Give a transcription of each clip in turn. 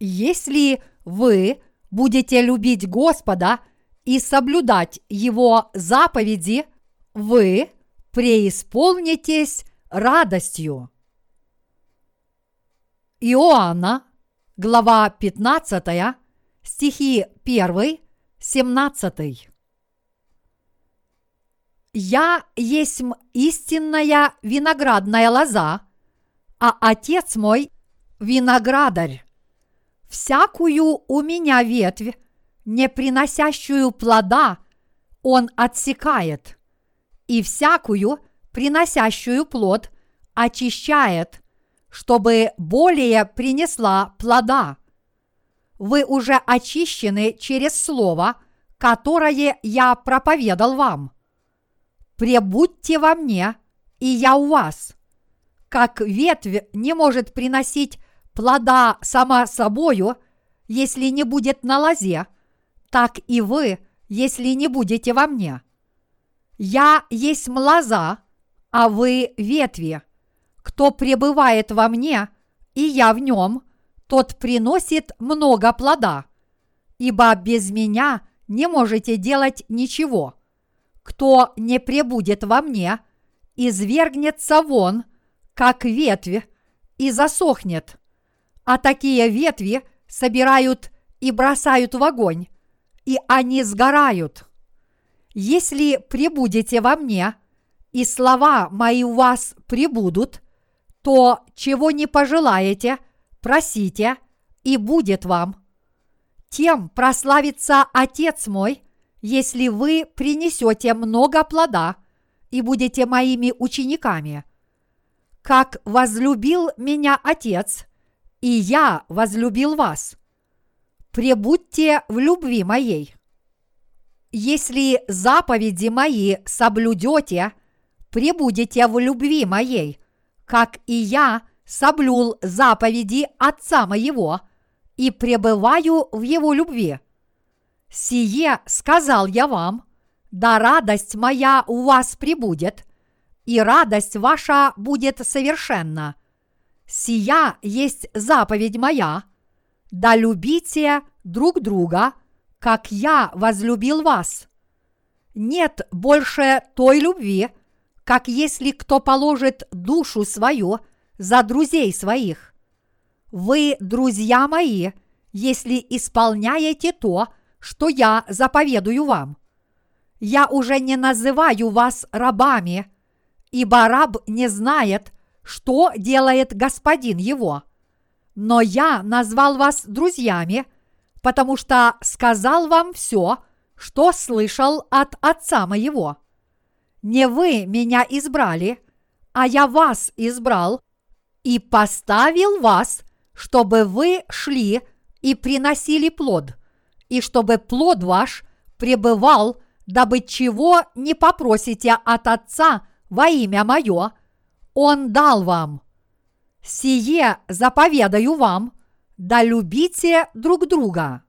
Если вы будете любить Господа и соблюдать Его заповеди, вы преисполнитесь радостью. Иоанна, глава 15, стихи 1, 17. «Я есмь истинная виноградная лоза, а Отец мой – виноградарь. Всякую у меня ветвь, не приносящую плода, Он отсекает, и всякую, приносящую плод, очищает, чтобы более принесла плода. Вы уже очищены через слово, которое я проповедал вам. Пребудьте во мне, и я у вас. Как ветвь не может приносить плода сама собою, если не будет на лозе, так и вы, если не будете во мне. Я есть лоза, а вы ветви. Кто пребывает во мне, и я в нем, тот приносит много плода, ибо без меня не можете делать ничего. Кто не пребудет во мне, извергнется вон, как ветвь, и засохнет. А такие ветви собирают и бросают в огонь, и они сгорают. Если пребудете во мне, и слова мои у вас пребудут, то, чего не пожелаете, просите, и будет вам. Тем прославится Отец мой, если вы принесете много плода и будете моими учениками. Как возлюбил меня Отец, и я возлюбил вас. Пребудьте в любви моей. Если заповеди мои соблюдете, пребудете в любви моей, как и я соблюл заповеди Отца моего и пребываю в его любви. Сие сказал я вам, да радость моя у вас пребудет, и радость ваша будет совершенна. Сия есть заповедь моя, да любите друг друга, как я возлюбил вас. Нет больше той любви, как если кто положит душу свою за друзей своих. Вы, друзья мои, если исполняете то, что я заповедую вам. Я уже не называю вас рабами, ибо раб не знает, что делает господин его. Но я назвал вас друзьями, потому что сказал вам все, что слышал от Отца моего. Не вы меня избрали, а я вас избрал и поставил вас, чтобы вы шли и приносили плод, и чтобы плод ваш пребывал, дабы чего не попросите от Отца во имя Мое, Он дал вам. Сие заповедаю вам, да любите друг друга.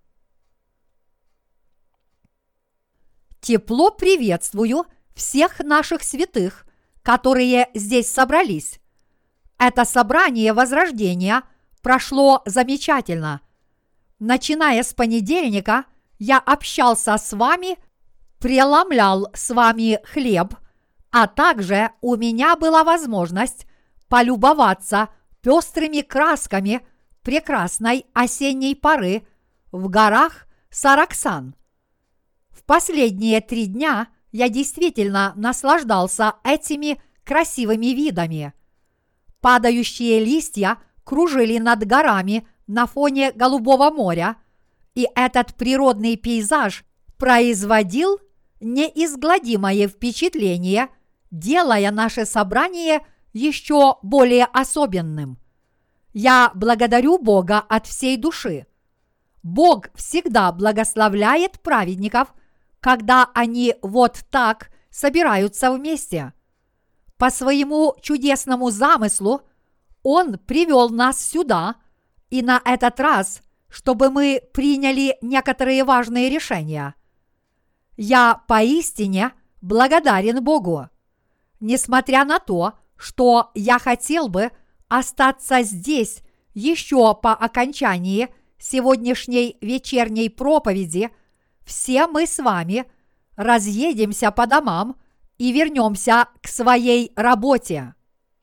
Тепло приветствую всех наших святых, которые здесь собрались. Это собрание возрождения прошло замечательно. Начиная с понедельника, я общался с вами, преломлял с вами хлеб, а также у меня была возможность полюбоваться пестрыми красками прекрасной осенней поры в горах Сараксан. В последние 3 дня я действительно наслаждался этими красивыми видами. Падающие листья кружили над горами на фоне Голубого моря, и этот природный пейзаж производил неизгладимое впечатление, делая наше собрание еще более особенным. Я благодарю Бога от всей души. Бог всегда благословляет праведников, когда они вот так собираются вместе. По своему чудесному замыслу Он привел нас сюда, и на этот раз, чтобы мы приняли некоторые важные решения. Я поистине благодарен Богу. Несмотря на то, что я хотел бы остаться здесь еще по окончании сегодняшней вечерней проповеди все мы с вами разъедемся по домам и вернемся к своей работе.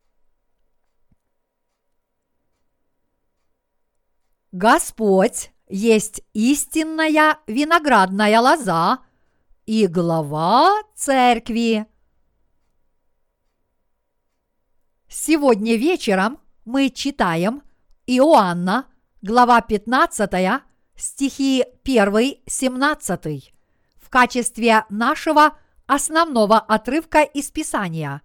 Господь есть истинная виноградная лоза и глава церкви. Сегодня вечером мы читаем Иоанна, глава 15, стихи 1-17 в качестве нашего основного отрывка из Писания.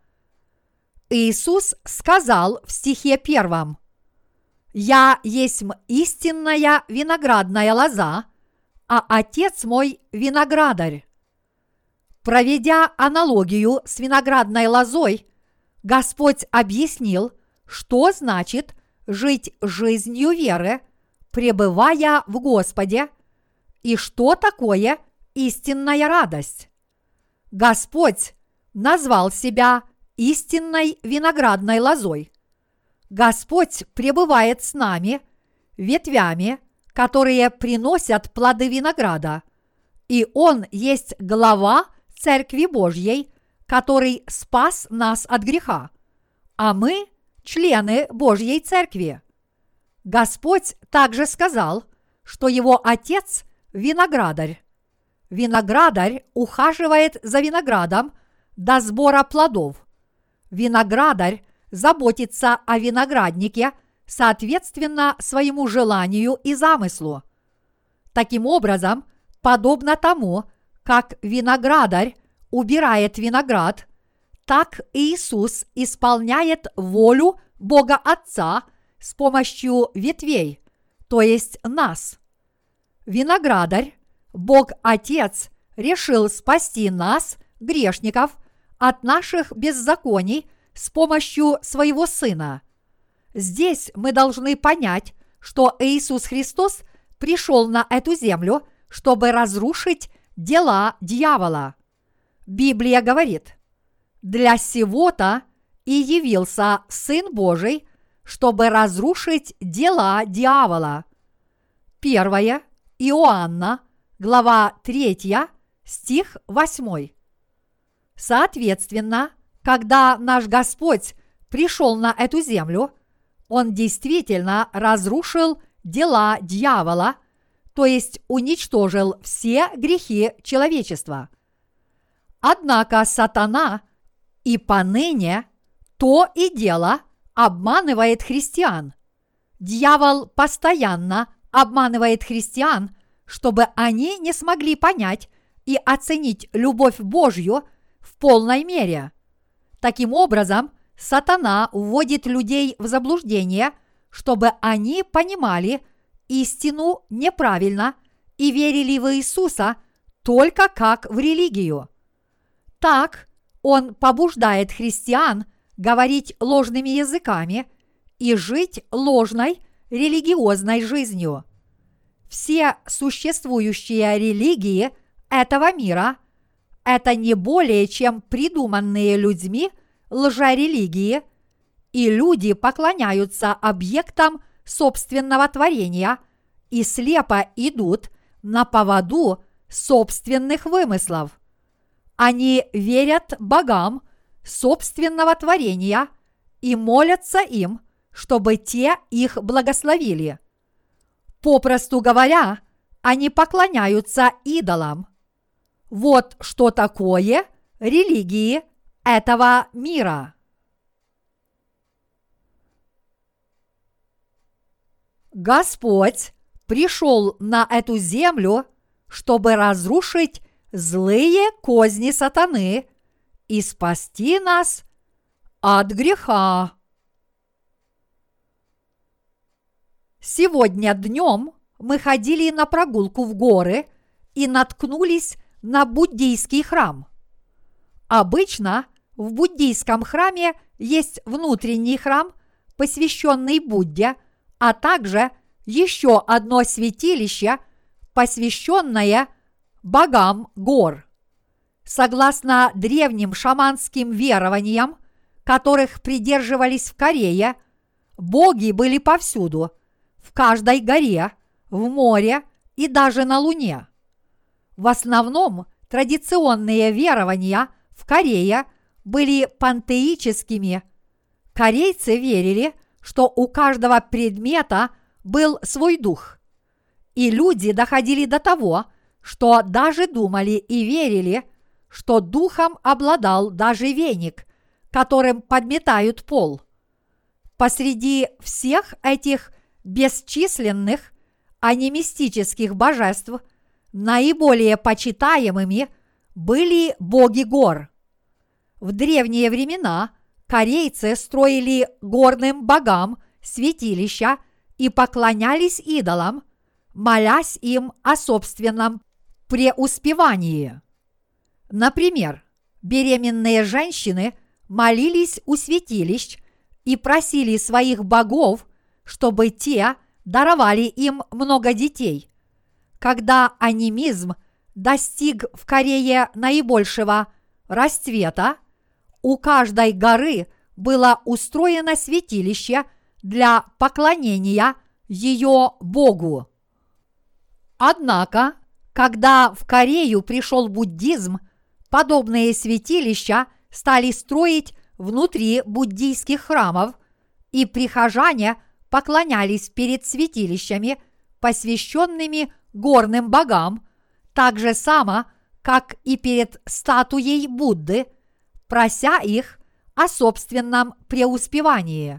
Иисус сказал в стихе 1: «Я есть истинная виноградная лоза, а Отец мой виноградарь». Проведя аналогию с виноградной лозой, Господь объяснил, что значит жить жизнью веры, пребывая в Господе, и что такое истинная радость. Господь назвал себя истинной виноградной лозой. Господь пребывает с нами, ветвями, которые приносят плоды винограда, и Он есть глава Церкви Божьей, который спас нас от греха, а мы – члены Божьей Церкви. Господь также сказал, что Его Отец – виноградарь. Виноградарь ухаживает за виноградом до сбора плодов. Виноградарь заботится о винограднике соответственно своему желанию и замыслу. Таким образом, подобно тому, как виноградарь убирает виноград, так Иисус исполняет волю Бога Отца с помощью ветвей, то есть нас. Виноградарь, Бог Отец, решил спасти нас, грешников, от наших беззаконий с помощью своего Сына. Здесь мы должны понять, что Иисус Христос пришел на эту землю, чтобы разрушить дела дьявола. Библия говорит: «Для сего-то и явился Сын Божий, чтобы разрушить дела дьявола». 1 Иоанна, глава 3, стих 8. Соответственно, когда наш Господь пришел на эту землю, Он действительно разрушил дела дьявола, то есть уничтожил все грехи человечества. Однако сатана и поныне то и дело обманывает христиан. Дьявол постоянно обманывает христиан, чтобы они не смогли понять и оценить любовь Божью в полной мере. Таким образом, сатана вводит людей в заблуждение, чтобы они понимали истину неправильно и верили в Иисуса только как в религию. Так он побуждает христиан говорить ложными языками и жить ложной религиозной жизнью. Все существующие религии этого мира – это не более чем придуманные людьми лжерелигии, и люди поклоняются объектам собственного творения и слепо идут на поводу собственных вымыслов. Они верят богам собственного творения и молятся им, чтобы те их благословили. Попросту говоря, они поклоняются идолам. Вот что такое религии этого мира. Господь пришел на эту землю, чтобы разрушить злые козни сатаны и спасти нас от греха. Сегодня днем мы ходили на прогулку в горы и наткнулись на буддийский храм. Обычно в буддийском храме есть внутренний храм, посвященный Будде, а также еще одно святилище, посвященное богам гор. Согласно древним шаманским верованиям, которых придерживались в Корее, боги были повсюду, в каждой горе, в море и даже на Луне. В основном традиционные верования в Корее были пантеическими. Корейцы верили, что у каждого предмета был свой дух. И люди доходили до того, что даже думали и верили, что духом обладал даже веник, которым подметают пол. Посреди всех этих бесчисленных анимистических божеств наиболее почитаемыми были боги гор. В древние времена корейцы строили горным богам святилища и поклонялись идолам, молясь им о собственном преуспевании. Например, беременные женщины молились у святилищ и просили своих богов, чтобы те даровали им много детей. Когда анимизм достиг в Корее наибольшего расцвета, у каждой горы было устроено святилище для поклонения ее богу. Однако, когда в Корею пришел буддизм, подобные святилища стали строить внутри буддийских храмов, и прихожане поклонялись перед святилищами, посвященными горным богам, так же само, как и перед статуей Будды, прося их о собственном преуспевании.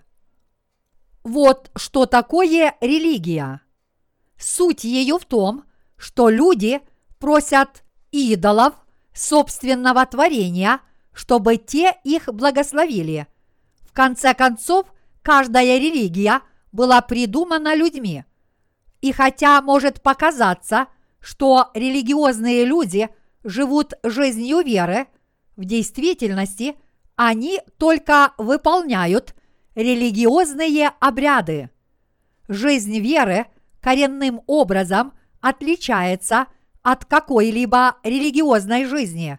Вот что такое религия. Суть ее в том, что люди просят идолов собственного творения, чтобы те их благословили. В конце концов, каждая религия была придумана людьми. И хотя может показаться, что религиозные люди живут жизнью веры, в действительности они только выполняют религиозные обряды. Жизнь веры коренным образом отличается от какой-либо религиозной жизни.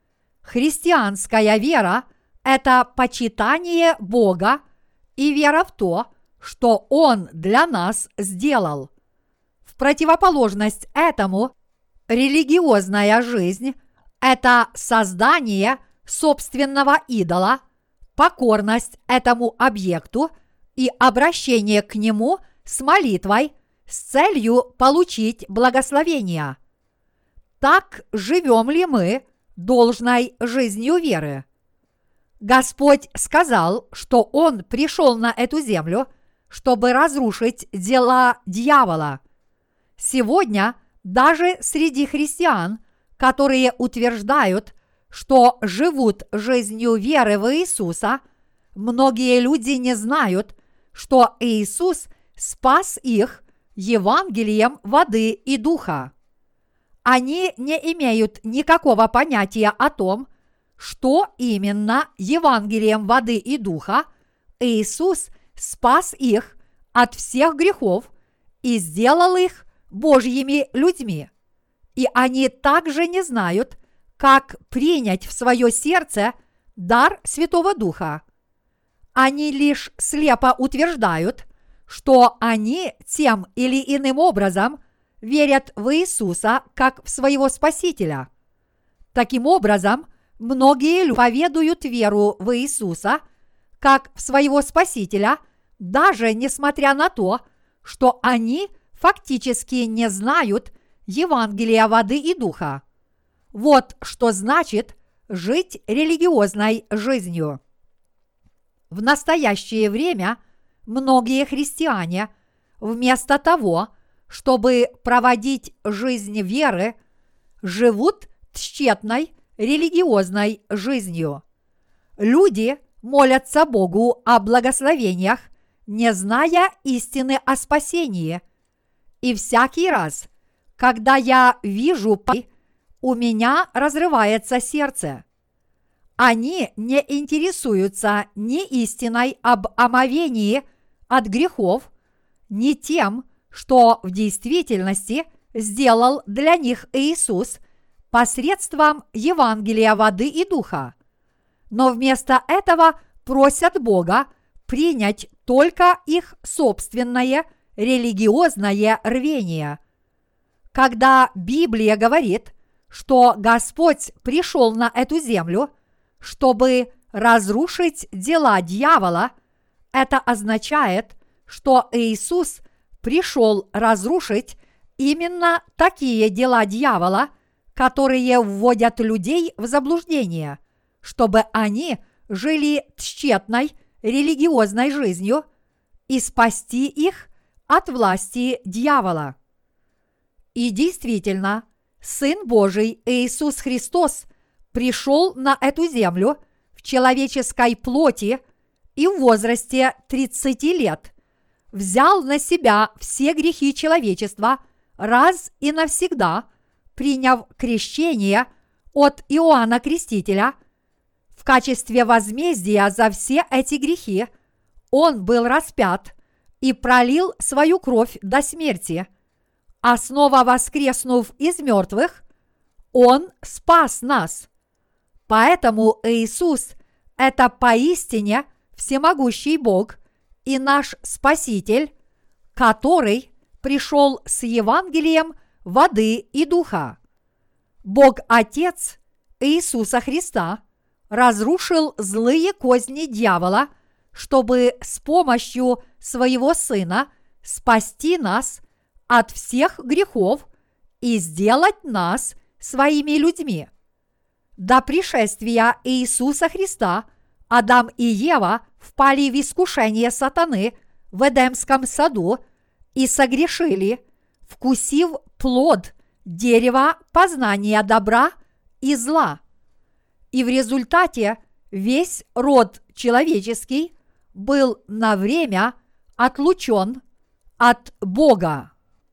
Христианская вера – это почитание Бога и вера в то, что Он для нас сделал. В противоположность этому, религиозная жизнь – это создание собственного идола, покорность этому объекту и обращение к нему с молитвой с целью получить благословение. Так живем ли мы должной жизнью веры? Господь сказал, что Он пришел на эту землю, чтобы разрушить дела дьявола. Сегодня даже среди христиан, которые утверждают, что живут жизнью веры в Иисуса, многие люди не знают, что Иисус спас их Евангелием воды и духа. Они не имеют никакого понятия о том, что именно Евангелием воды и духа Иисус спас их от всех грехов и сделал их Божьими людьми. И они также не знают, как принять в свое сердце дар Святого Духа. Они лишь слепо утверждают, что они тем или иным образом верят в Иисуса как в своего Спасителя. Таким образом, многие люди поведуют веру в Иисуса как в своего Спасителя, даже несмотря на то, что они фактически не знают Евангелия воды и духа. Вот что значит жить религиозной жизнью. В настоящее время многие христиане вместо того, чтобы проводить жизнь веры, живут тщетной религиозной жизнью. Люди молятся Богу о благословениях, не зная истины о спасении. И всякий раз, когда я вижу, у меня разрывается сердце. Они не интересуются ни истиной об омовении от грехов, ни тем, что в действительности сделал для них Иисус посредством Евангелия воды и духа. Но вместо этого просят Бога принять только их собственное религиозное рвение. Когда Библия говорит, что Господь пришел на эту землю, чтобы разрушить дела дьявола, это означает, что Иисус пришел разрушить именно такие дела дьявола, которые вводят людей в заблуждение, чтобы они жили тщетной религиозной жизнью и спасти их от власти дьявола. И действительно, Сын Божий Иисус Христос пришел на эту землю в человеческой плоти и в возрасте 30 лет, взял на себя все грехи человечества раз и навсегда, приняв крещение от Иоанна Крестителя. В качестве возмездия за все эти грехи Он был распят и пролил свою кровь до смерти, а снова воскреснув из мертвых, Он спас нас. Поэтому Иисус – это поистине всемогущий Бог и наш Спаситель, который пришел с Евангелием воды и духа. Бог Отец Иисуса Христа разрушил злые козни дьявола, чтобы с помощью своего Сына спасти нас от всех грехов и сделать нас своими людьми. До пришествия Иисуса Христа Адам и Ева впали в искушение сатаны в Эдемском саду и согрешили, вкусив плод дерева познания добра и зла. И в результате весь род человеческий был на время отлучен от Бога.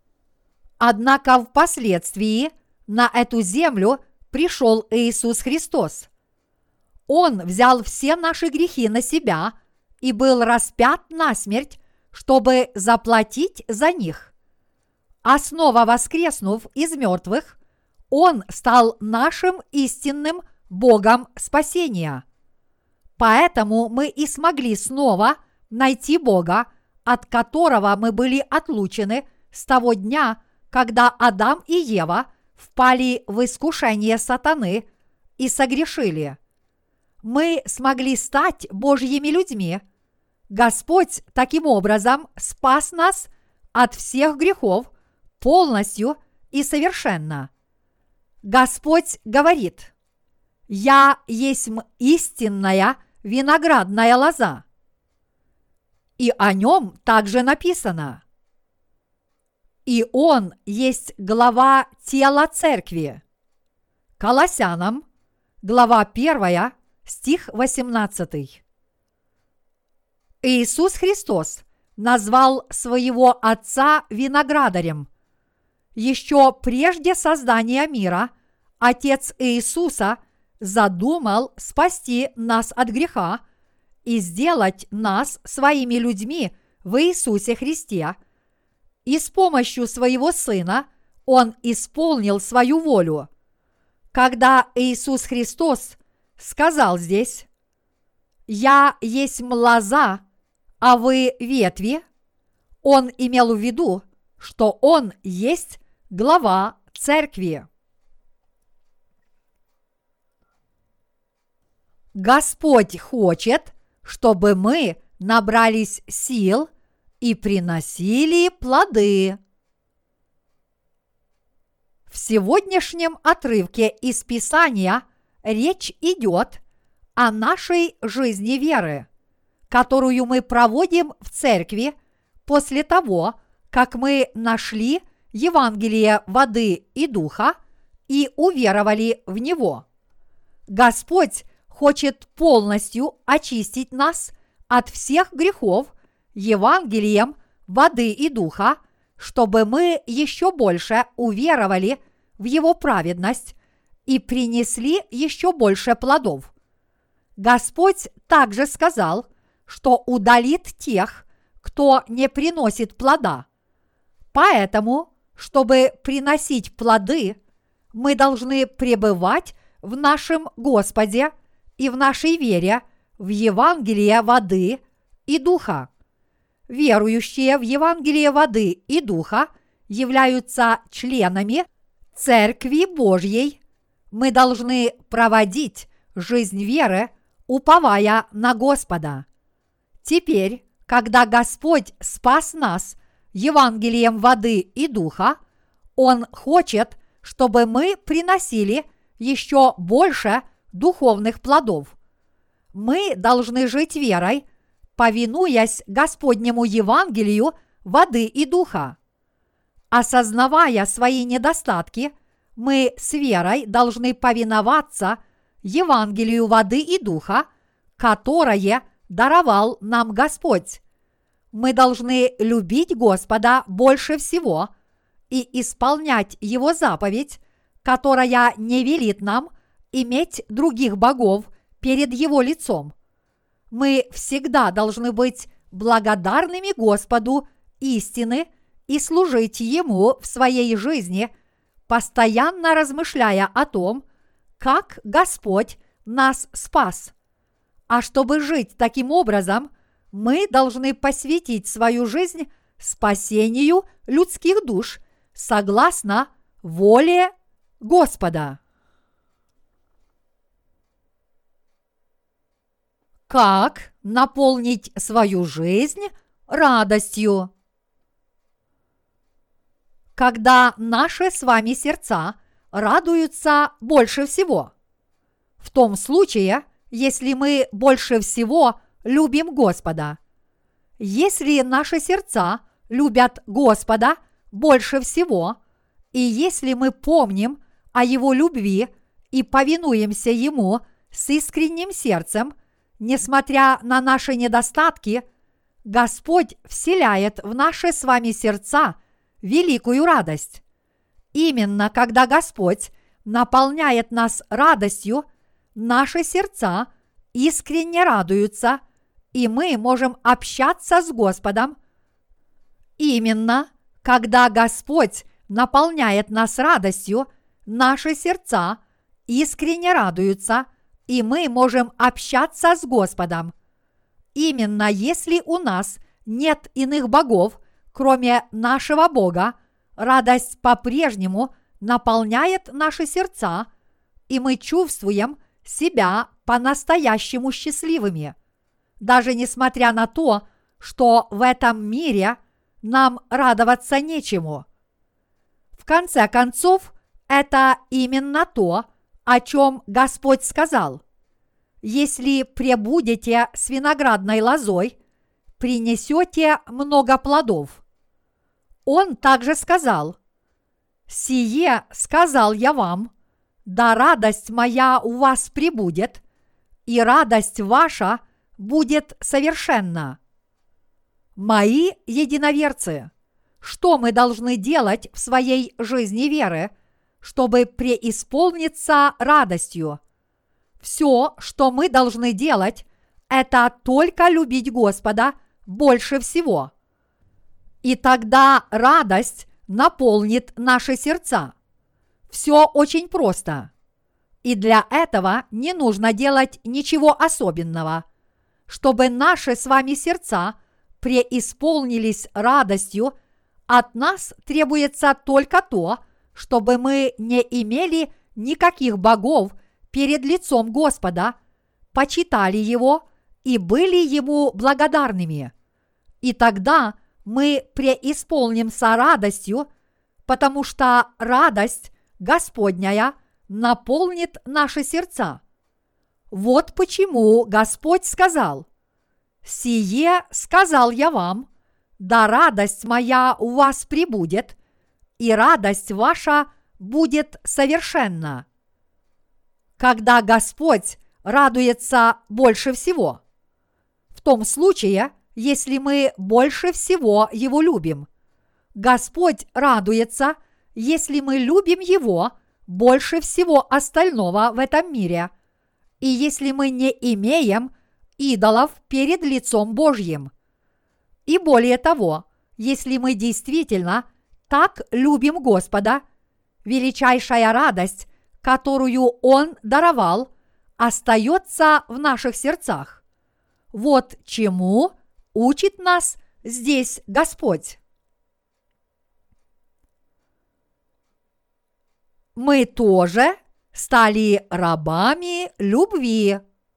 Однако впоследствии на эту землю пришел Иисус Христос. Он взял все наши грехи на себя и был распят насмерть, чтобы заплатить за них. А снова воскреснув из мертвых, Он стал нашим истинным Богом спасения. Поэтому мы и смогли снова найти Бога, от которого мы были отлучены с того дня, когда Адам и Ева впали в искушение сатаны и согрешили. Мы смогли стать Божьими людьми. Господь таким образом спас нас от всех грехов полностью и совершенно. Господь говорит: «Я есмь истинная виноградная лоза». И о нем также написано: «И он есть глава тела церкви». Колоссянам, глава 1, стих 18. Иисус Христос назвал своего Отца виноградарем. Еще прежде создания мира Отец Иисуса задумал спасти нас от греха и сделать нас своими людьми в Иисусе Христе, и с помощью своего Сына Он исполнил свою волю. Когда Иисус Христос сказал здесь: «Я есмь лоза, а вы ветви», Он имел в виду, что Он есть глава церкви. Господь хочет, чтобы мы набрались сил и приносили плоды. В сегодняшнем отрывке из Писания речь идет о нашей жизни веры, которую мы проводим в церкви после того, как мы нашли Евангелие воды и духа и уверовали в него. Господь хочет полностью очистить нас от всех грехов Евангелием воды и духа, чтобы мы еще больше уверовали в Его праведность и принесли еще больше плодов. Господь также сказал, что удалит тех, кто не приносит плода. Поэтому, чтобы приносить плоды, мы должны пребывать в нашем Господе и в нашей вере в Евангелие воды и духа. верующие в Евангелие воды и духа являются членами Церкви Божьей, мы должны проводить жизнь веры, уповая на Господа. Теперь, когда Господь спас нас Евангелием воды и духа, Он хочет, чтобы мы приносили еще больше духовных плодов. Мы должны жить верой, повинуясь Господнему Евангелию воды и духа. Осознавая свои недостатки, мы с верой должны повиноваться Евангелию воды и духа, которое даровал нам Господь. Мы должны любить Господа больше всего и исполнять Его заповедь, которая не велит нам иметь других богов перед Его лицом. Мы всегда должны быть благодарными Господу истины и служить Ему в своей жизни, постоянно размышляя о том, как Господь нас спас. А чтобы жить таким образом, мы должны посвятить свою жизнь спасению людских душ согласно воле Господа. Как наполнить свою жизнь радостью? Когда наши с вами сердца радуются больше всего? В том случае, если мы больше всего любим Господа. Если наши сердца любят Господа больше всего, и если мы помним о Его любви и повинуемся Ему с искренним сердцем, несмотря на наши недостатки, Господь вселяет в наши с вами сердца великую радость. Именно когда Господь наполняет нас радостью, наши сердца искренне радуются, и мы можем общаться с Господом. Именно когда Господь наполняет нас радостью, наши сердца искренне радуются, и мы можем общаться с Господом. Именно если у нас нет иных богов, кроме нашего Бога, радость по-прежнему наполняет наши сердца, и мы чувствуем себя по-настоящему счастливыми, даже несмотря на то, что в этом мире нам радоваться нечему. В конце концов, это именно то, о чем Господь сказал: «Если пребудете с виноградной лозой, принесете много плодов». Он также сказал: «Сие сказал я вам, да радость моя у вас пребудет, и радость ваша будет совершенна». Мои единоверцы, что мы должны делать в своей жизни веры, чтобы преисполниться радостью? Все, что мы должны делать, это только любить Господа больше всего. И тогда радость наполнит наши сердца. Все очень просто. И для этого не нужно делать ничего особенного. Чтобы наши с вами сердца преисполнились радостью, от нас требуется только то, чтобы мы не имели никаких богов перед лицом Господа, почитали Его и были Ему благодарными. И тогда мы преисполнимся радостью, потому что радость Господняя наполнит наши сердца. Вот почему Господь сказал: «Сие сказал я вам, да радость моя у вас пребудет, и радость ваша будет совершенна». Когда Господь радуется больше всего? В том случае, если мы больше всего Его любим. Господь радуется, если мы любим Его больше всего остального в этом мире, и если мы не имеем идолов перед лицом Божьим. И более того, если мы действительно так любим Господа, величайшая радость, которую Он даровал, остается в наших сердцах. Вот чему учит нас здесь Господь? Мы тоже стали рабами любви.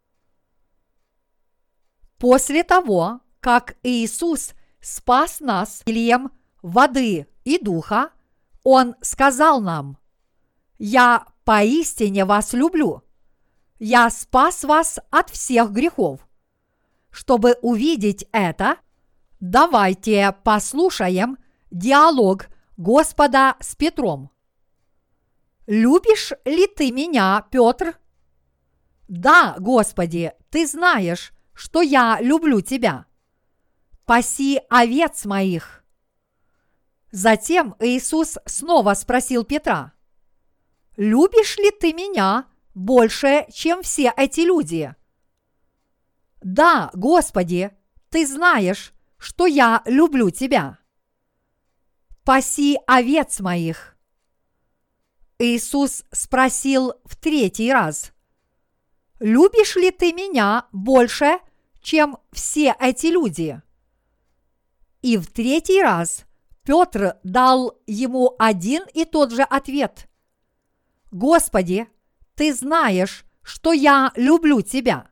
После того, как Иисус спас нас Евангелием воды и духа, Он сказал нам: «Я поистине вас люблю. Я спас вас от всех грехов». Чтобы увидеть это, давайте послушаем диалог Господа с Петром. «Любишь ли ты меня, Петр?» «Да, Господи, ты знаешь, что я люблю тебя. Паси овец моих». Затем Иисус снова спросил Петра: «Любишь ли ты меня больше, чем все эти люди?» «Да, Господи, ты знаешь, что я люблю тебя. Паси овец моих». Иисус спросил в третий раз: «Любишь ли ты меня больше, чем все эти люди?» И в третий раз Петр дал ему один и тот же ответ: «Господи, ты знаешь, что я люблю тебя».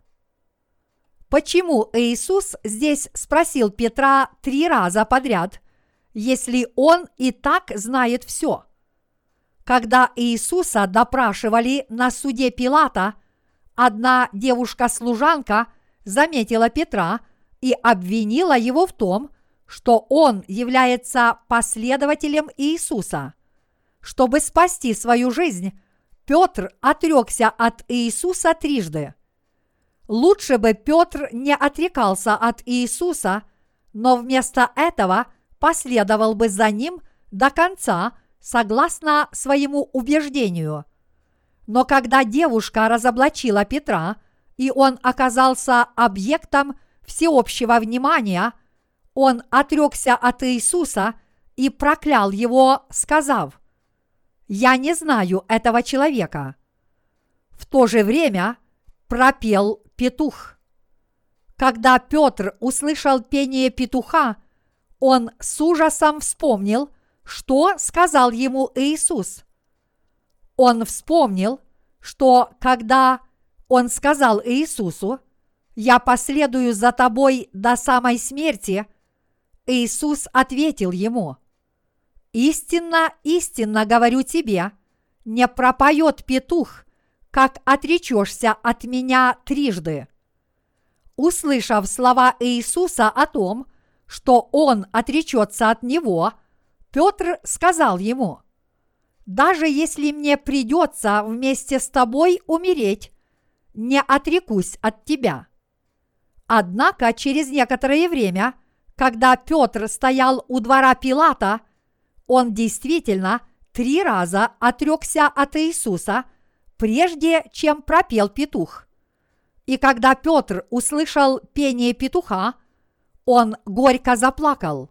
Почему Иисус здесь спросил Петра 3 раза подряд, если он и так знает все? Когда Иисуса допрашивали на суде Пилата, одна девушка-служанка заметила Петра и обвинила его в том, что он является последователем Иисуса. Чтобы спасти свою жизнь, Петр отрекся от Иисуса трижды. Лучше бы Петр не отрекался от Иисуса, но вместо этого последовал бы за ним до конца, согласно своему убеждению. Но когда девушка разоблачила Петра, и он оказался объектом всеобщего внимания, он отрекся от Иисуса и проклял его, сказав: «Я не знаю этого человека». В то же время пропел петух. Когда Петр услышал пение петуха, он с ужасом вспомнил, что сказал ему Иисус. Он вспомнил, что когда он сказал Иисусу: «Я последую за тобой до самой смерти», Иисус ответил ему: «Истинно, истинно говорю тебе, не пропоет петух, как отречешься от меня трижды». Услышав слова Иисуса о том, что он отречется от него, Петр сказал ему: «Даже если мне придется вместе с тобой умереть, не отрекусь от тебя». Однако через некоторое время, когда Петр стоял у двора Пилата, он действительно 3 раза отрекся от Иисуса, прежде чем пропел петух. И когда Петр услышал пение петуха, он горько заплакал.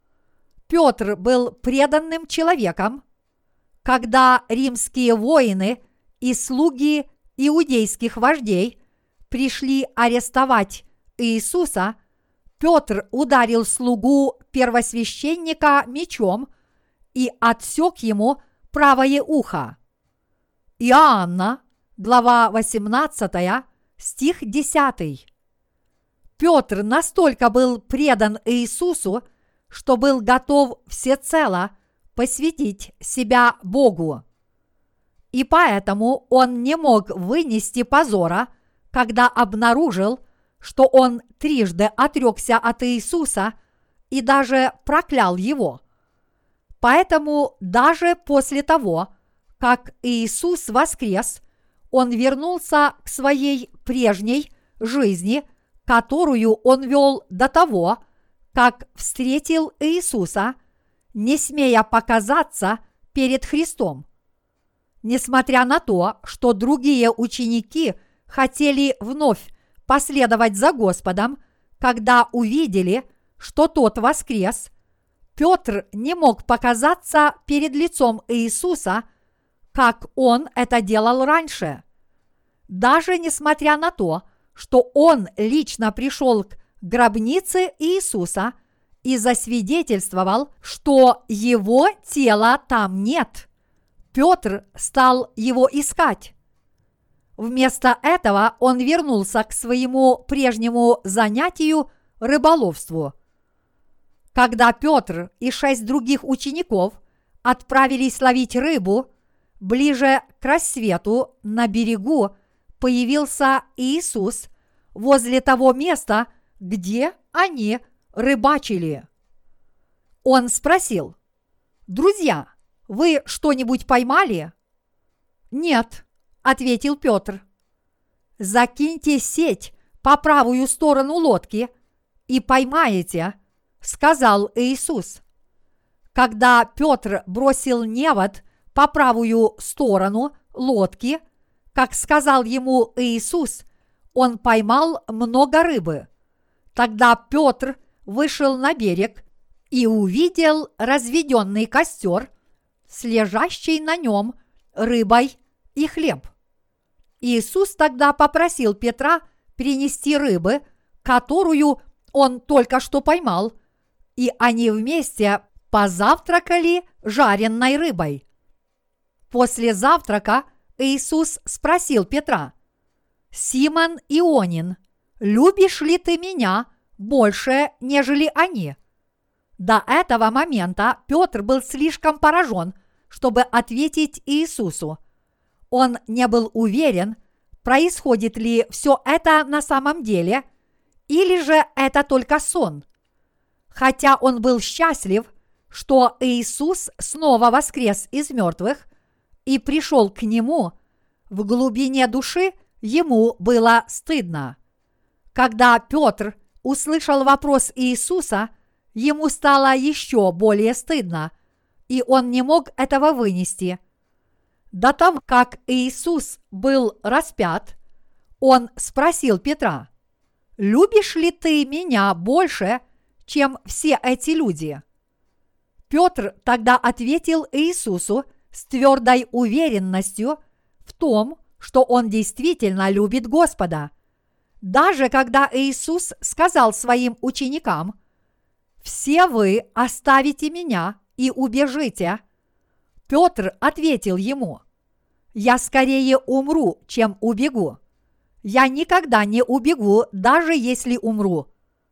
Петр был преданным человеком. Когда римские воины и слуги иудейских вождей пришли арестовать Иисуса, Петр ударил слугу первосвященника мечом и отсек ему правое ухо. Иоанна, глава 18, стих 10. Петр настолько был предан Иисусу, что был готов всецело посвятить себя Богу. И поэтому он не мог вынести позора, когда обнаружил, что он трижды отрекся от Иисуса и даже проклял его. Поэтому даже после того, как Иисус воскрес, он вернулся к своей прежней жизни, которую он вел до того, как встретил Иисуса, не смея показаться перед Христом. Несмотря на то, что другие ученики хотели вновь последовать за Господом, когда увидели, что тот воскрес, Петр не мог показаться перед лицом Иисуса, как он это делал раньше. Даже несмотря на то, что он лично пришел к гробнице Иисуса и засвидетельствовал, что его тела там нет. Петр стал его искать. Вместо этого он вернулся к своему прежнему занятию рыболовству. Когда Петр и 6 других учеников отправились ловить рыбу, ближе к рассвету на берегу появился Иисус возле того места, где они рыбачили. Он спросил: «Друзья, вы что-нибудь поймали?» «Нет», — ответил Петр. «Закиньте сеть по правую сторону лодки и поймаете», — сказал Иисус. Когда Петр бросил невод по правую сторону лодки, как сказал ему Иисус, он поймал много рыбы. Тогда Петр вышел на берег и увидел разведенный костер с лежащей на нем рыбой и хлеб. Иисус тогда попросил Петра принести рыбы, которую он только что поймал, и они вместе позавтракали жареной рыбой. После завтрака Иисус спросил Петра: «Симон Ионин, любишь ли ты меня больше, нежели они?» До этого момента Петр был слишком поражен, чтобы ответить Иисусу. Он не был уверен, происходит ли все это на самом деле, или же это только сон. Хотя он был счастлив, что Иисус снова воскрес из мертвых и пришел к нему, в глубине души ему было стыдно. Когда Петр услышал вопрос Иисуса, ему стало еще более стыдно, и он не мог этого вынести. До того, как Иисус был распят, он спросил Петра: «Любишь ли ты меня больше, чем все эти люди?» Петр тогда ответил Иисусу с твердой уверенностью в том, что он действительно любит Господа. Даже когда Иисус сказал своим ученикам: «Все вы оставите меня и убежите», Петр ответил ему: «Я скорее умру, чем убегу. Я никогда не убегу, даже если умру».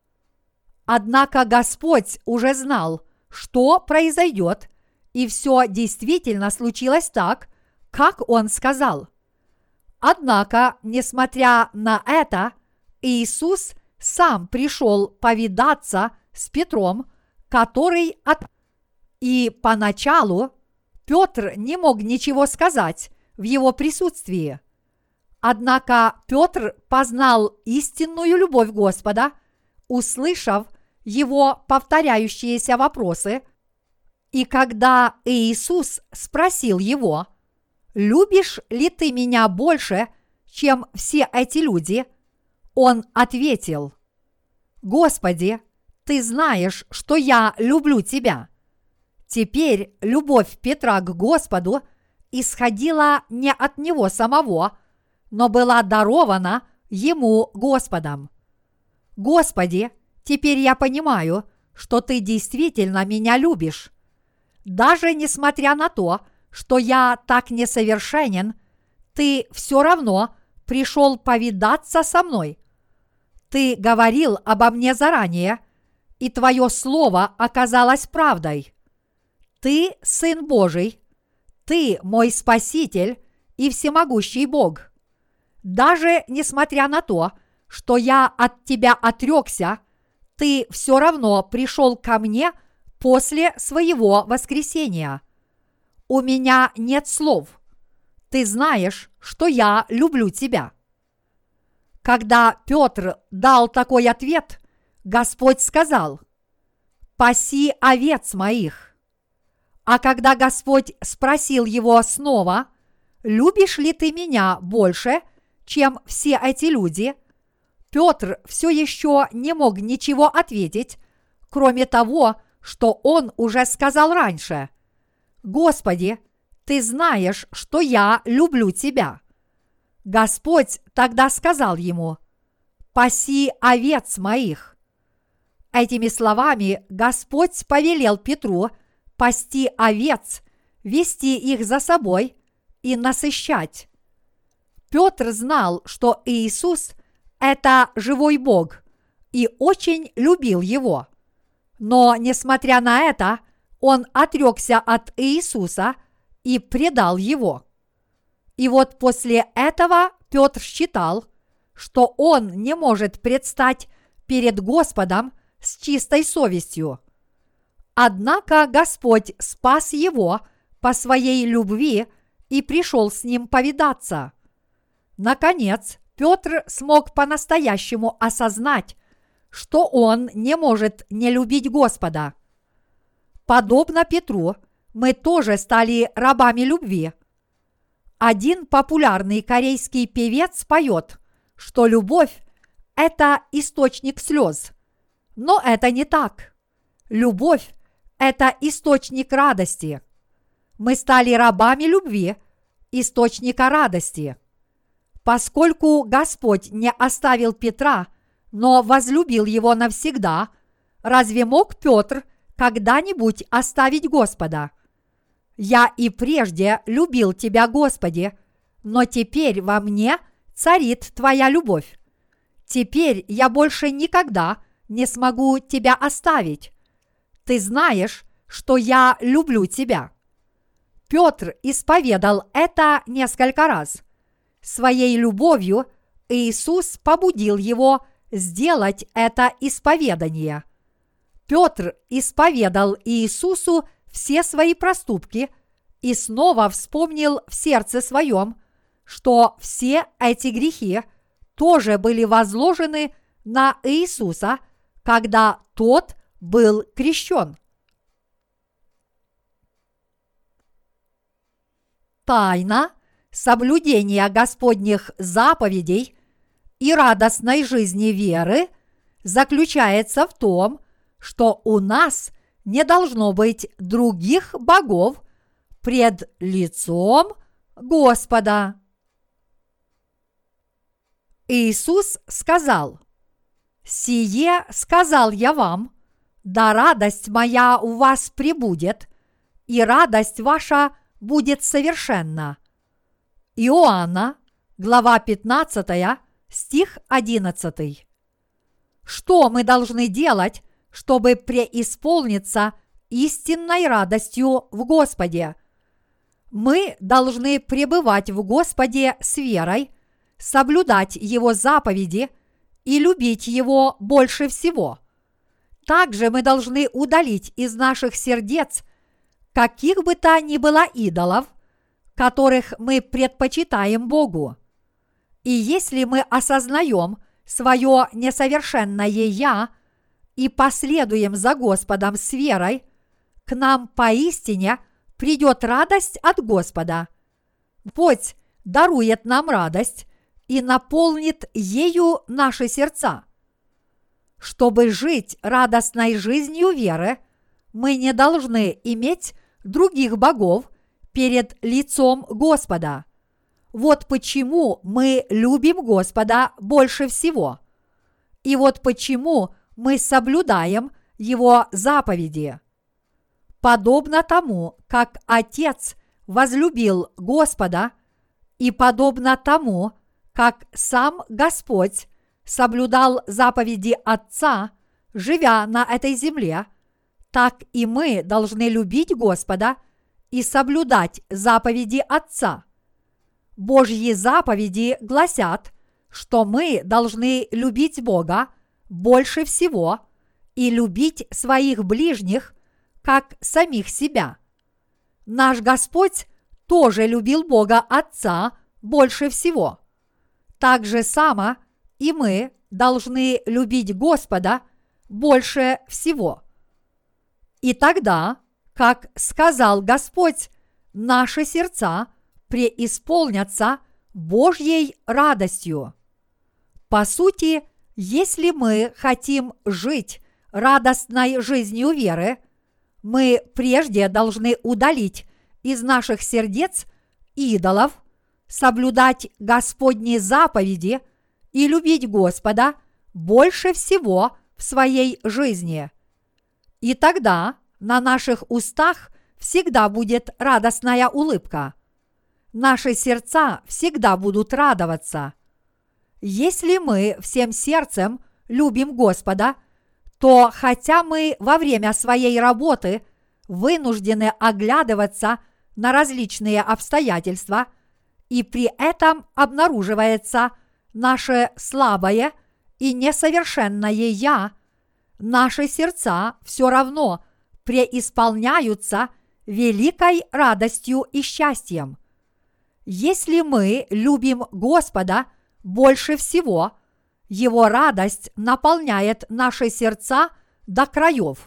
Однако Господь уже знал, что произойдет, и все действительно случилось так, как Он сказал. Однако, несмотря на это, Иисус сам пришел повидаться с Петром, который И поначалу Петр не мог ничего сказать в его присутствии. Однако Петр познал истинную любовь Господа, услышав его повторяющиеся вопросы, и когда Иисус спросил его: «Любишь ли ты меня больше, чем все эти люди?», он ответил: «Господи, ты знаешь, что я люблю тебя». Теперь любовь Петра к Господу исходила не от него самого, но была дарована ему Господом. «Господи, теперь я понимаю, что ты действительно меня любишь. Даже несмотря на то, что я так несовершенен, ты все равно пришел повидаться со мной. Ты говорил обо мне заранее, и твое слово оказалось правдой. Ты Сын Божий, ты мой Спаситель и всемогущий Бог. Даже несмотря на то, что я от тебя отрекся, ты все равно пришел ко мне после своего воскресения. У меня нет слов. Ты знаешь, что я люблю тебя». Когда Петр дал такой ответ, Господь сказал: «Паси овец моих». А когда Господь спросил его снова: «Любишь ли ты меня больше, чем все эти люди?», Петр все еще не мог ничего ответить, кроме того, что он уже сказал раньше: «Господи, ты знаешь, что я люблю тебя». Господь тогда сказал ему: «Паси овец моих». Этими словами Господь повелел Петру пасти овец, вести их за собой и насыщать. Петр знал, что Иисус – это живой Бог, и очень любил Его. Но, несмотря на это, он отрекся от Иисуса и предал Его. И вот после этого Петр считал, что он не может предстать перед Господом с чистой совестью. Однако Господь спас его по своей любви и пришел с ним повидаться. Наконец, Петр смог по-настоящему осознать, что он не может не любить Господа. Подобно Петру, мы тоже стали рабами любви. Один популярный корейский певец поет, что любовь – это источник слез. Но это не так. Любовь – это источник радости. Мы стали рабами любви, источника радости. Поскольку Господь не оставил Петра, но возлюбил его навсегда, разве мог Петр когда-нибудь оставить Господа? «Я и прежде любил Тебя, Господи, но теперь во мне царит Твоя любовь. Теперь я больше никогда не смогу Тебя оставить. Ты знаешь, что я люблю Тебя». Петр исповедал это несколько раз. Своей любовью Иисус побудил его сделать это исповедание. Петр исповедал Иисусу все свои проступки и снова вспомнил в сердце своем, что все эти грехи тоже были возложены на Иисуса, когда тот был крещен. Тайна соблюдения Господних заповедей и радостной жизни веры заключается в том, что у нас не должно быть других богов пред лицом Господа. Иисус сказал: «Сие сказал я вам, да радость моя у вас пребудет, и радость ваша будет совершенна». Иоанна, глава 15, стих 11. Что мы должны делать, чтобы преисполниться истинной радостью в Господе? Мы должны пребывать в Господе с верой, соблюдать Его заповеди и любить Его больше всего. Также мы должны удалить из наших сердец каких бы то ни было идолов, которых мы предпочитаем Богу. И если мы осознаем свое несовершенное «я» и последуем за Господом с верой, к нам поистине придет радость от Господа. Господь дарует нам радость и наполнит ею наши сердца. Чтобы жить радостной жизнью веры, мы не должны иметь других богов перед лицом Господа. Вот почему мы любим Господа больше всего. И вот почему мы соблюдаем Его заповеди. Подобно тому, как Отец возлюбил Господа, и подобно тому, как сам Господь соблюдал заповеди Отца, живя на этой земле, так и мы должны любить Господа и соблюдать заповеди Отца. Божьи заповеди гласят, что мы должны любить Бога больше всего и любить своих ближних, как самих себя. Наш Господь тоже любил Бога Отца больше всего. Так же само и мы должны любить Господа больше всего. И тогда, как сказал Господь, наши сердца преисполнятся Божьей радостью. По сути, если мы хотим жить радостной жизнью веры, мы прежде должны удалить из наших сердец идолов, соблюдать Господни заповеди и любить Господа больше всего в в своей жизни. И тогда на наших устах всегда будет радостная улыбка. Наши сердца всегда будут радоваться. Если мы всем сердцем любим Господа, то хотя мы во время своей работы вынуждены оглядываться на различные обстоятельства, и при этом обнаруживается наше слабое и несовершенное «я», наши сердца все равно преисполняются великой радостью и счастьем. Если мы любим Господа больше всего, Его радость наполняет наши сердца до краев.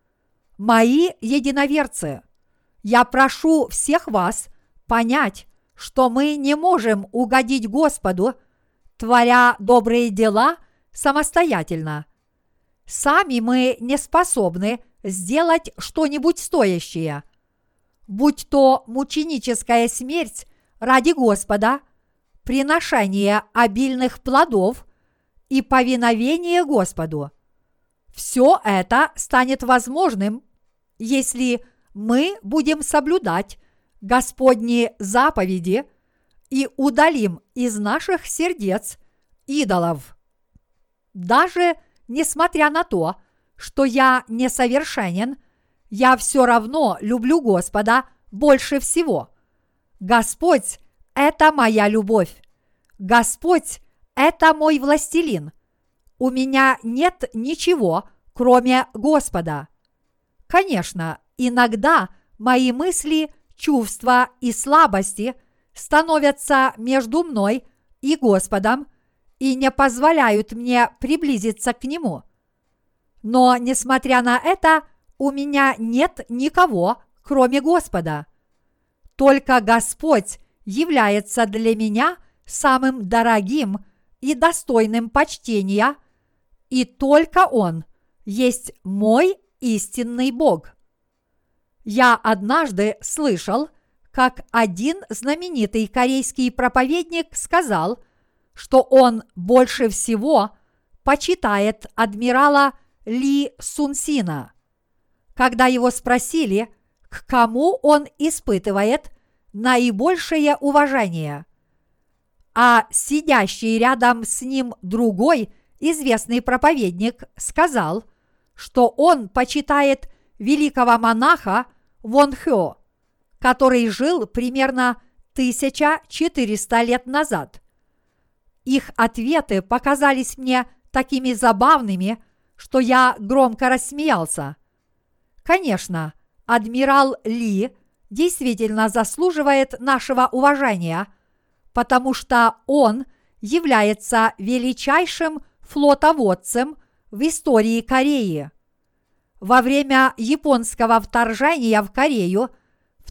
Мои единоверцы, я прошу всех вас понять, что мы не можем угодить Господу, творя добрые дела самостоятельно. Сами мы не способны сделать что-нибудь стоящее. Будь то мученическая смерть ради Господа, приношение обильных плодов и повиновение Господу. Все это станет возможным, если мы будем соблюдать Господни заповеди и удалим из наших сердец идолов. Даже несмотря на то, что я несовершенен, я все равно люблю Господа больше всего. Господь – это моя любовь. Господь – это мой властелин. У меня нет ничего, кроме Господа. Конечно, иногда мои мысли, чувства и слабости становятся между мной и Господом и не позволяют мне приблизиться к Нему. Но, несмотря на это, у меня нет никого, кроме Господа. Только Господь является для меня самым дорогим и достойным почтения, и только Он есть мой истинный Бог. Я однажды слышал, как один знаменитый корейский проповедник сказал, что он больше всего почитает адмирала Ли Сун-сина. Когда его спросили, к кому он испытывает наибольшее уважение, а сидящий рядом с ним другой известный проповедник сказал, что он почитает великого монаха Вон Хё, который жил примерно 1400 лет назад. Их ответы показались мне такими забавными, что я громко рассмеялся. Конечно, адмирал Ли действительно заслуживает нашего уважения, потому что он является величайшим флотоводцем в истории Кореи. Во время японского вторжения в Корею в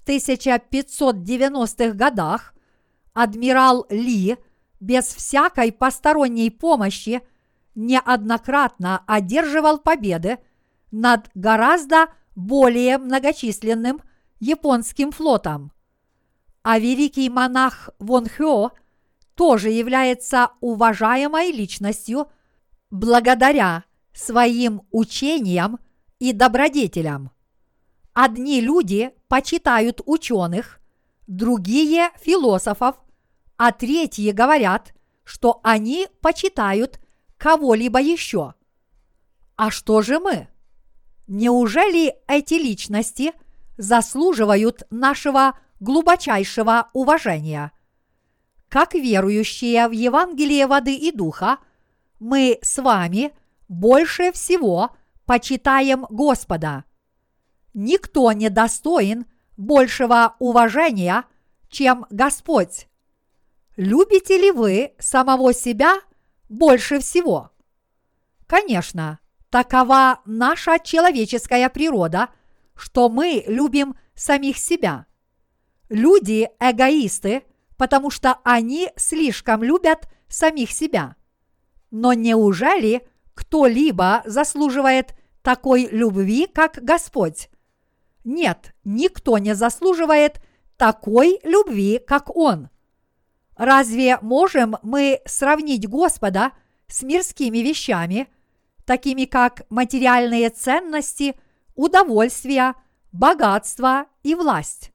1590-х годах адмирал Ли без всякой посторонней помощи неоднократно одерживал победы над гораздо более многочисленным японским флотом. А великий монах Вон Хё тоже является уважаемой личностью благодаря своим учениям и добродетелям. Одни люди почитают ученых, другие – философов, а третьи говорят, что они почитают кого-либо еще. А что же мы? Неужели эти личности заслуживают нашего глубочайшего уважения? Как верующие в Евангелие воды и духа, мы с вами больше всего почитаем Господа. Никто не достоин большего уважения, чем Господь. Любите ли вы самого себя больше всего? Конечно, такова наша человеческая природа, что мы любим самих себя. Люди эгоисты, потому что они слишком любят самих себя. Но неужели кто-либо заслуживает такой любви, как Господь? Нет, никто не заслуживает такой любви, как Он. Разве можем мы сравнить Господа с мирскими вещами, такими как материальные ценности, удовольствия, богатство и власть.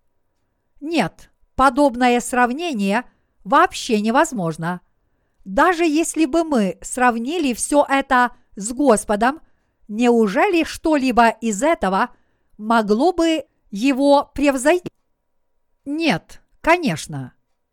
Нет, подобное сравнение вообще невозможно. Даже если бы мы сравнили все это с Господом, неужели что-либо из этого могло бы его превзойти? Нет, конечно.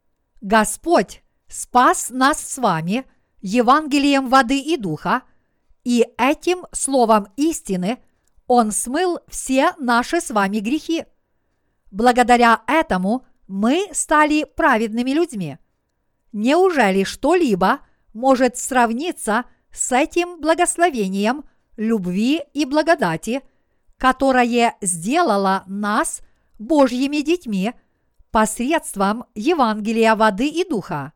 Господь спас нас с вами Евангелием воды и духа, и этим словом истины Он смыл все наши с вами грехи. Благодаря этому мы стали праведными людьми. Неужели что-либо может сравниться с этим благословением любви и благодати, которое сделало нас Божьими детьми посредством Евангелия воды и духа?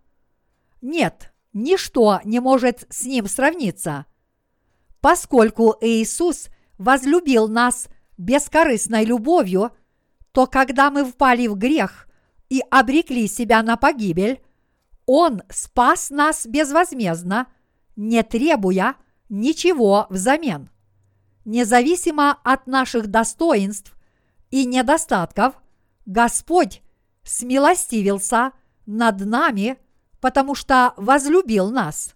Нет, ничто не может с ним сравниться. Поскольку Иисус возлюбил нас бескорыстной любовью, то когда мы впали в грех и обрекли себя на погибель, Он спас нас безвозмездно, не требуя ничего взамен. Независимо от наших достоинств и недостатков, Господь смилостивился над нами, потому что возлюбил нас.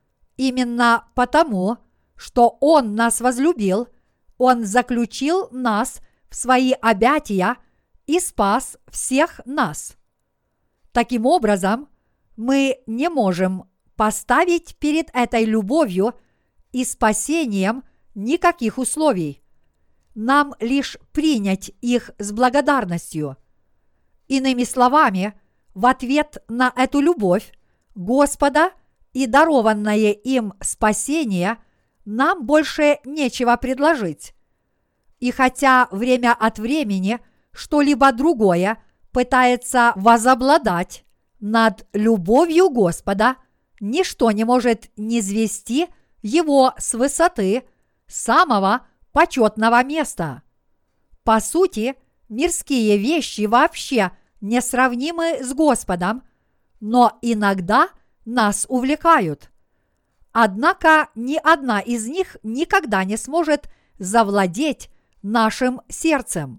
Именно потому, что Он нас возлюбил, Он заключил нас в свои объятия и спас всех нас. Таким образом, мы не можем поставить перед этой любовью и спасением никаких условий. Нам лишь принять их с благодарностью. Иными словами, в ответ на эту любовь Господа и дарованное им спасение нам больше нечего предложить. И хотя время от времени что-либо другое пытается возобладать над любовью Господа, ничто не может низвести его с высоты самого почетного места. По сути, мирские вещи вообще несравнимы с Господом, но иногда нас увлекают. Однако ни одна из них никогда не сможет завладеть нашим сердцем.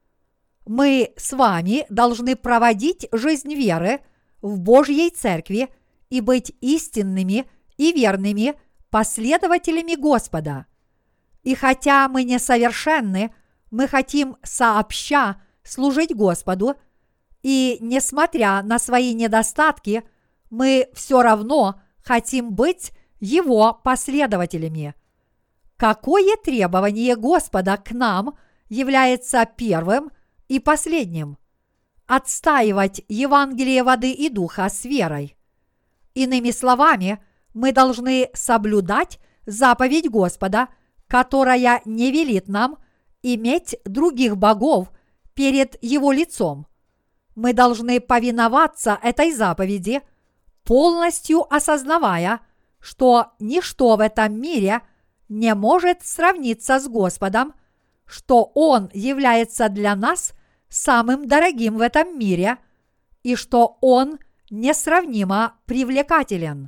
Мы с вами должны проводить жизнь веры в Божьей Церкви и быть истинными и верными последователями Господа. И хотя мы несовершенны, мы хотим сообща служить Господу, и, несмотря на свои недостатки, мы все равно хотим быть Его последователями. Какое требование Господа к нам является первым и последним? Отстаивать Евангелие воды и духа с верой. Иными словами, мы должны соблюдать заповедь Господа, которая не велит нам иметь других богов перед Его лицом. Мы должны повиноваться этой заповеди, полностью осознавая, что ничто в этом мире не может сравниться с Господом, что Он является для нас самым дорогим в этом мире и что Он несравнимо привлекателен.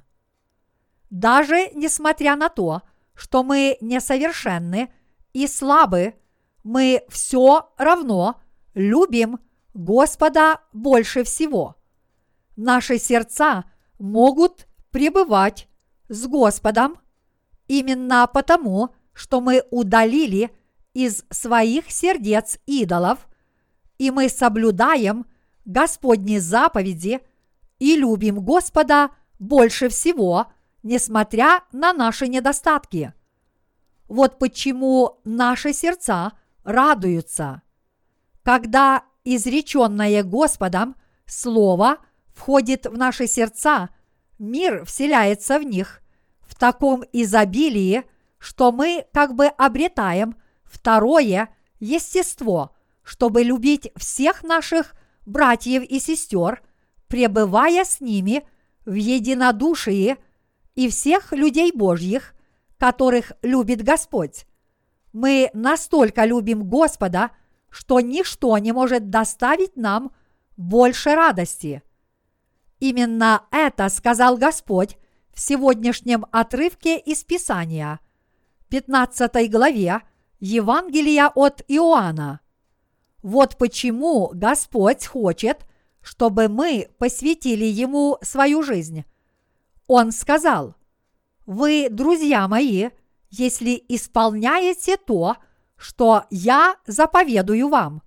Даже несмотря на то, что мы несовершенны и слабы, мы все равно любим Господа больше всего. Наши сердца могут пребывать с Господом именно потому, что мы удалили из своих сердец идолов, и мы соблюдаем Господни заповеди и любим Господа больше всего, несмотря на наши недостатки. Вот почему наши сердца радуются. Когда изреченное Господом Слово входит в наши сердца, мир вселяется в них в таком изобилии, что мы как бы обретаем второе естество, чтобы любить всех наших братьев и сестер, пребывая с ними в единодушии, и всех людей Божьих, которых любит Господь. Мы настолько любим Господа, что ничто не может доставить нам больше радости. Именно это сказал Господь в сегодняшнем отрывке из Писания. 15 главе Евангелия от Иоанна. Вот почему Господь хочет, чтобы мы посвятили Ему свою жизнь. Он сказал: «Вы, друзья мои, если исполняете то, что я заповедую вам».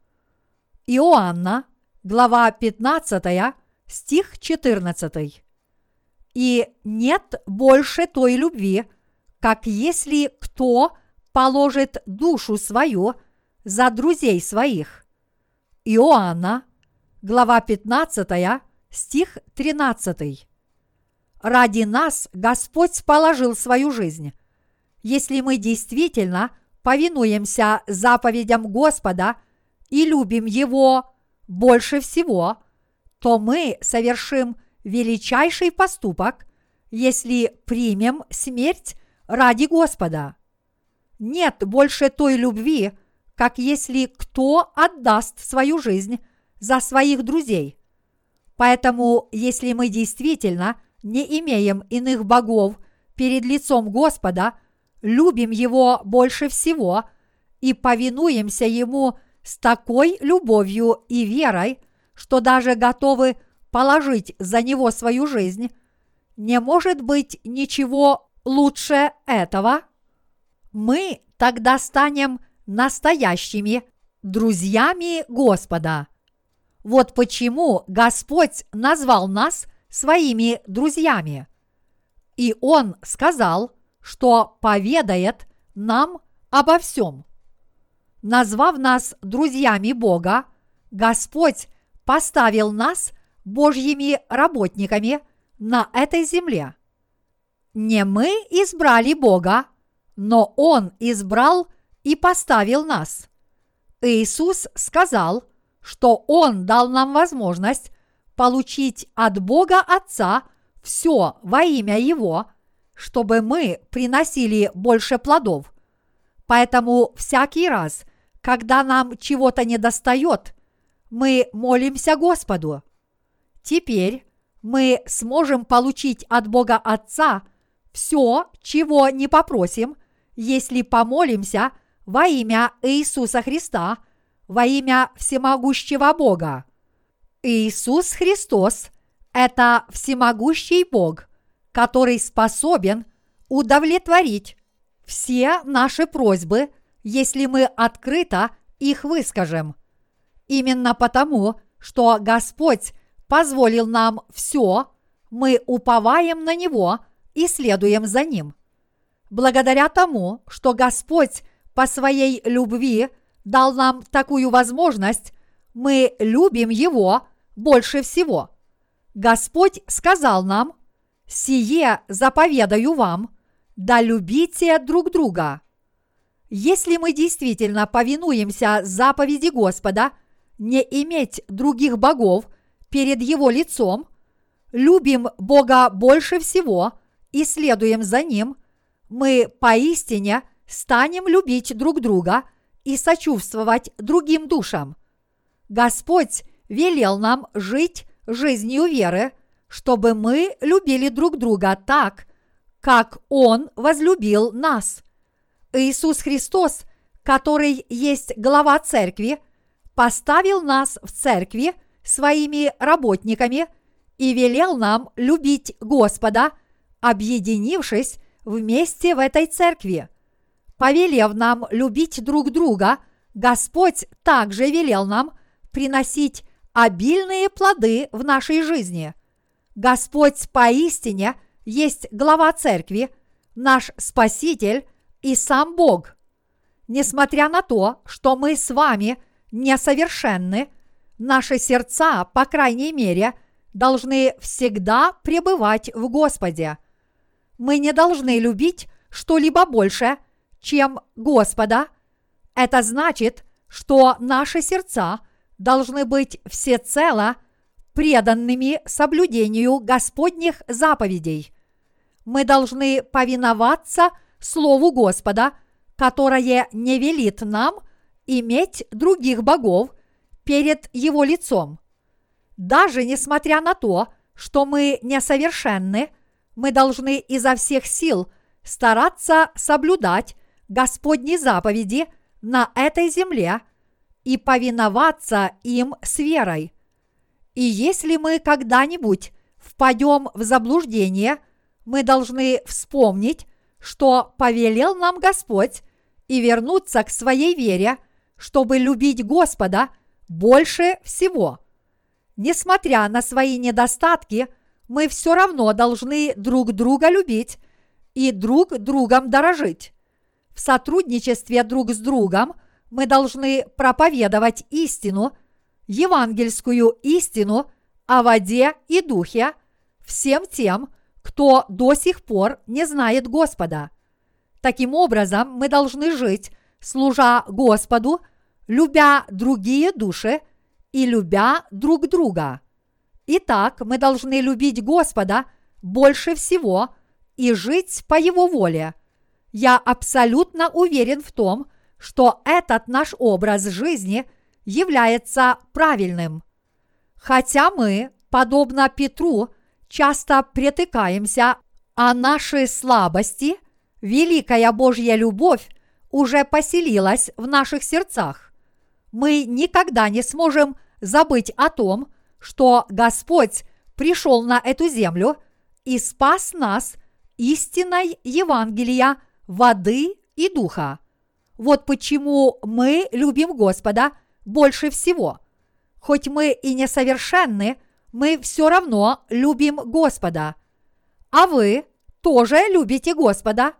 Иоанна, глава 15, стих 14. «И нет больше той любви, как если кто положит душу свою за друзей своих». Иоанна, глава 15, стих 13. Ради нас Господь положил свою жизнь. Если мы действительно повинуемся заповедям Господа и любим Его больше всего, то мы совершим величайший поступок, если примем смерть ради Господа. Нет больше той любви, как если кто отдаст свою жизнь за своих друзей. Поэтому, если мы действительно не имеем иных богов перед лицом Господа, любим Его больше всего и повинуемся Ему с такой любовью и верой, что даже готовы положить за Него свою жизнь, не может быть ничего лучше этого. Мы тогда станем настоящими друзьями Господа. Вот почему Господь назвал нас своими друзьями. И Он сказал, что поведает нам обо всем. Назвав нас друзьями Бога, Господь поставил нас Божьими работниками на этой земле. Не мы избрали Бога, но Он избрал и поставил нас. Иисус сказал, что Он дал нам возможность получить от Бога Отца все во имя Его, чтобы мы приносили больше плодов. Поэтому всякий раз, когда нам чего-то недостает, мы молимся Господу. Теперь мы сможем получить от Бога Отца все, чего не попросим, если помолимся во имя Иисуса Христа, во имя всемогущего Бога. Иисус Христос – это всемогущий Бог, который способен удовлетворить все наши просьбы, если мы открыто их выскажем. Именно потому, что Господь позволил нам все, мы уповаем на Него и следуем за Ним. Благодаря тому, что Господь по своей любви дал нам такую возможность, мы любим Его больше всего. Господь сказал нам: «Сие заповедаю вам, да любите друг друга». Если мы действительно повинуемся заповеди Господа не иметь других богов перед Его лицом, любим Бога больше всего и следуем за Ним, мы поистине станем любить друг друга и сочувствовать другим душам. Господь велел нам жить жизнью веры, чтобы мы любили друг друга так, как Он возлюбил нас. Иисус Христос, который есть глава церкви, поставил нас в церкви своими работниками и велел нам любить Господа, объединившись вместе в этой церкви. Повелев нам любить друг друга, Господь также велел нам приносить обильные плоды в нашей жизни. Господь поистине есть глава церкви, наш Спаситель и сам Бог. Несмотря на то, что мы с вами несовершенны, наши сердца, по крайней мере, должны всегда пребывать в Господе. Мы не должны любить что-либо больше, чем Господа. Это значит, что наши сердца должны быть всецело преданными соблюдению Господних заповедей. Мы должны повиноваться Слову Господа, которое не велит нам иметь других богов перед Его лицом. Даже несмотря на то, что мы несовершенны, мы должны изо всех сил стараться соблюдать Господни заповеди на этой земле и повиноваться им с верой. И если мы когда-нибудь впадем в заблуждение, мы должны вспомнить, что повелел нам Господь, и вернуться к своей вере, чтобы любить Господа больше всего. Несмотря на свои недостатки, мы все равно должны друг друга любить и друг другом дорожить. В сотрудничестве друг с другом мы должны проповедовать истину, евангельскую истину о воде и духе всем тем, кто до сих пор не знает Господа. Таким образом, мы должны жить, служа Господу, любя другие души и любя друг друга. Итак, мы должны любить Господа больше всего и жить по Его воле. Я абсолютно уверен в том, что этот наш образ жизни является правильным. Хотя мы, подобно Петру, часто претыкаемся о нашей слабости, великая Божья любовь уже поселилась в наших сердцах. Мы никогда не сможем забыть о том, что Господь пришел на эту землю и спас нас истиной Евангелия, воды и духа. Вот почему мы любим Господа больше всего. Хоть мы и несовершенны, мы все равно любим Господа. А вы тоже любите Господа?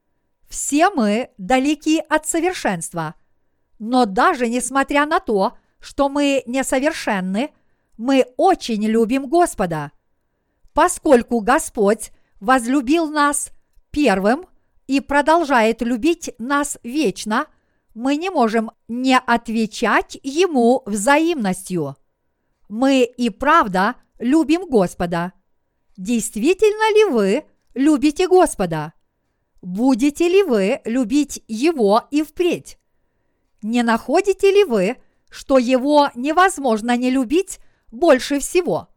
Все мы далеки от совершенства, но даже несмотря на то, что мы несовершенны, мы очень любим Господа. Поскольку Господь возлюбил нас первым и продолжает любить нас вечно, мы не можем не отвечать Ему взаимностью. Мы и правда любим Господа. Действительно ли вы любите Господа? Будете ли вы любить Его и впредь? Не находите ли вы, что Его невозможно не любить больше всего?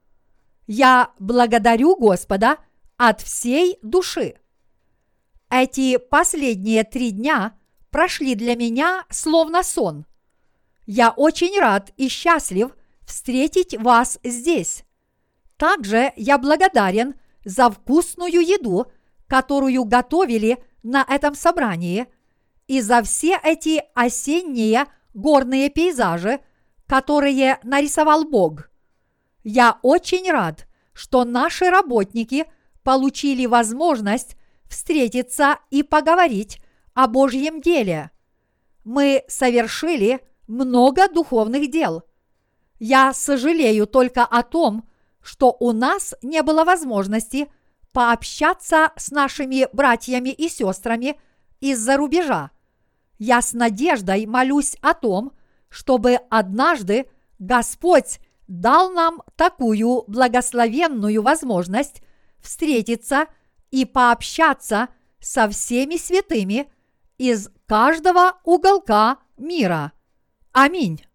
Я благодарю Господа от всей души. Эти последние 3 дня прошли для меня словно сон. Я очень рад и счастлив встретить вас здесь. Также я благодарен за вкусную еду, которую готовили на этом собрании, и за все эти осенние горные пейзажи, которые нарисовал Бог. Я очень рад, что наши работники получили возможность встретиться и поговорить о Божьем деле. Мы совершили много духовных дел. Я сожалею только о том, что у нас не было возможности пообщаться с нашими братьями и сестрами из-за рубежа. Я с надеждой молюсь о том, чтобы однажды Господь дал нам такую благословенную возможность встретиться и пообщаться со всеми святыми из каждого уголка мира. Аминь.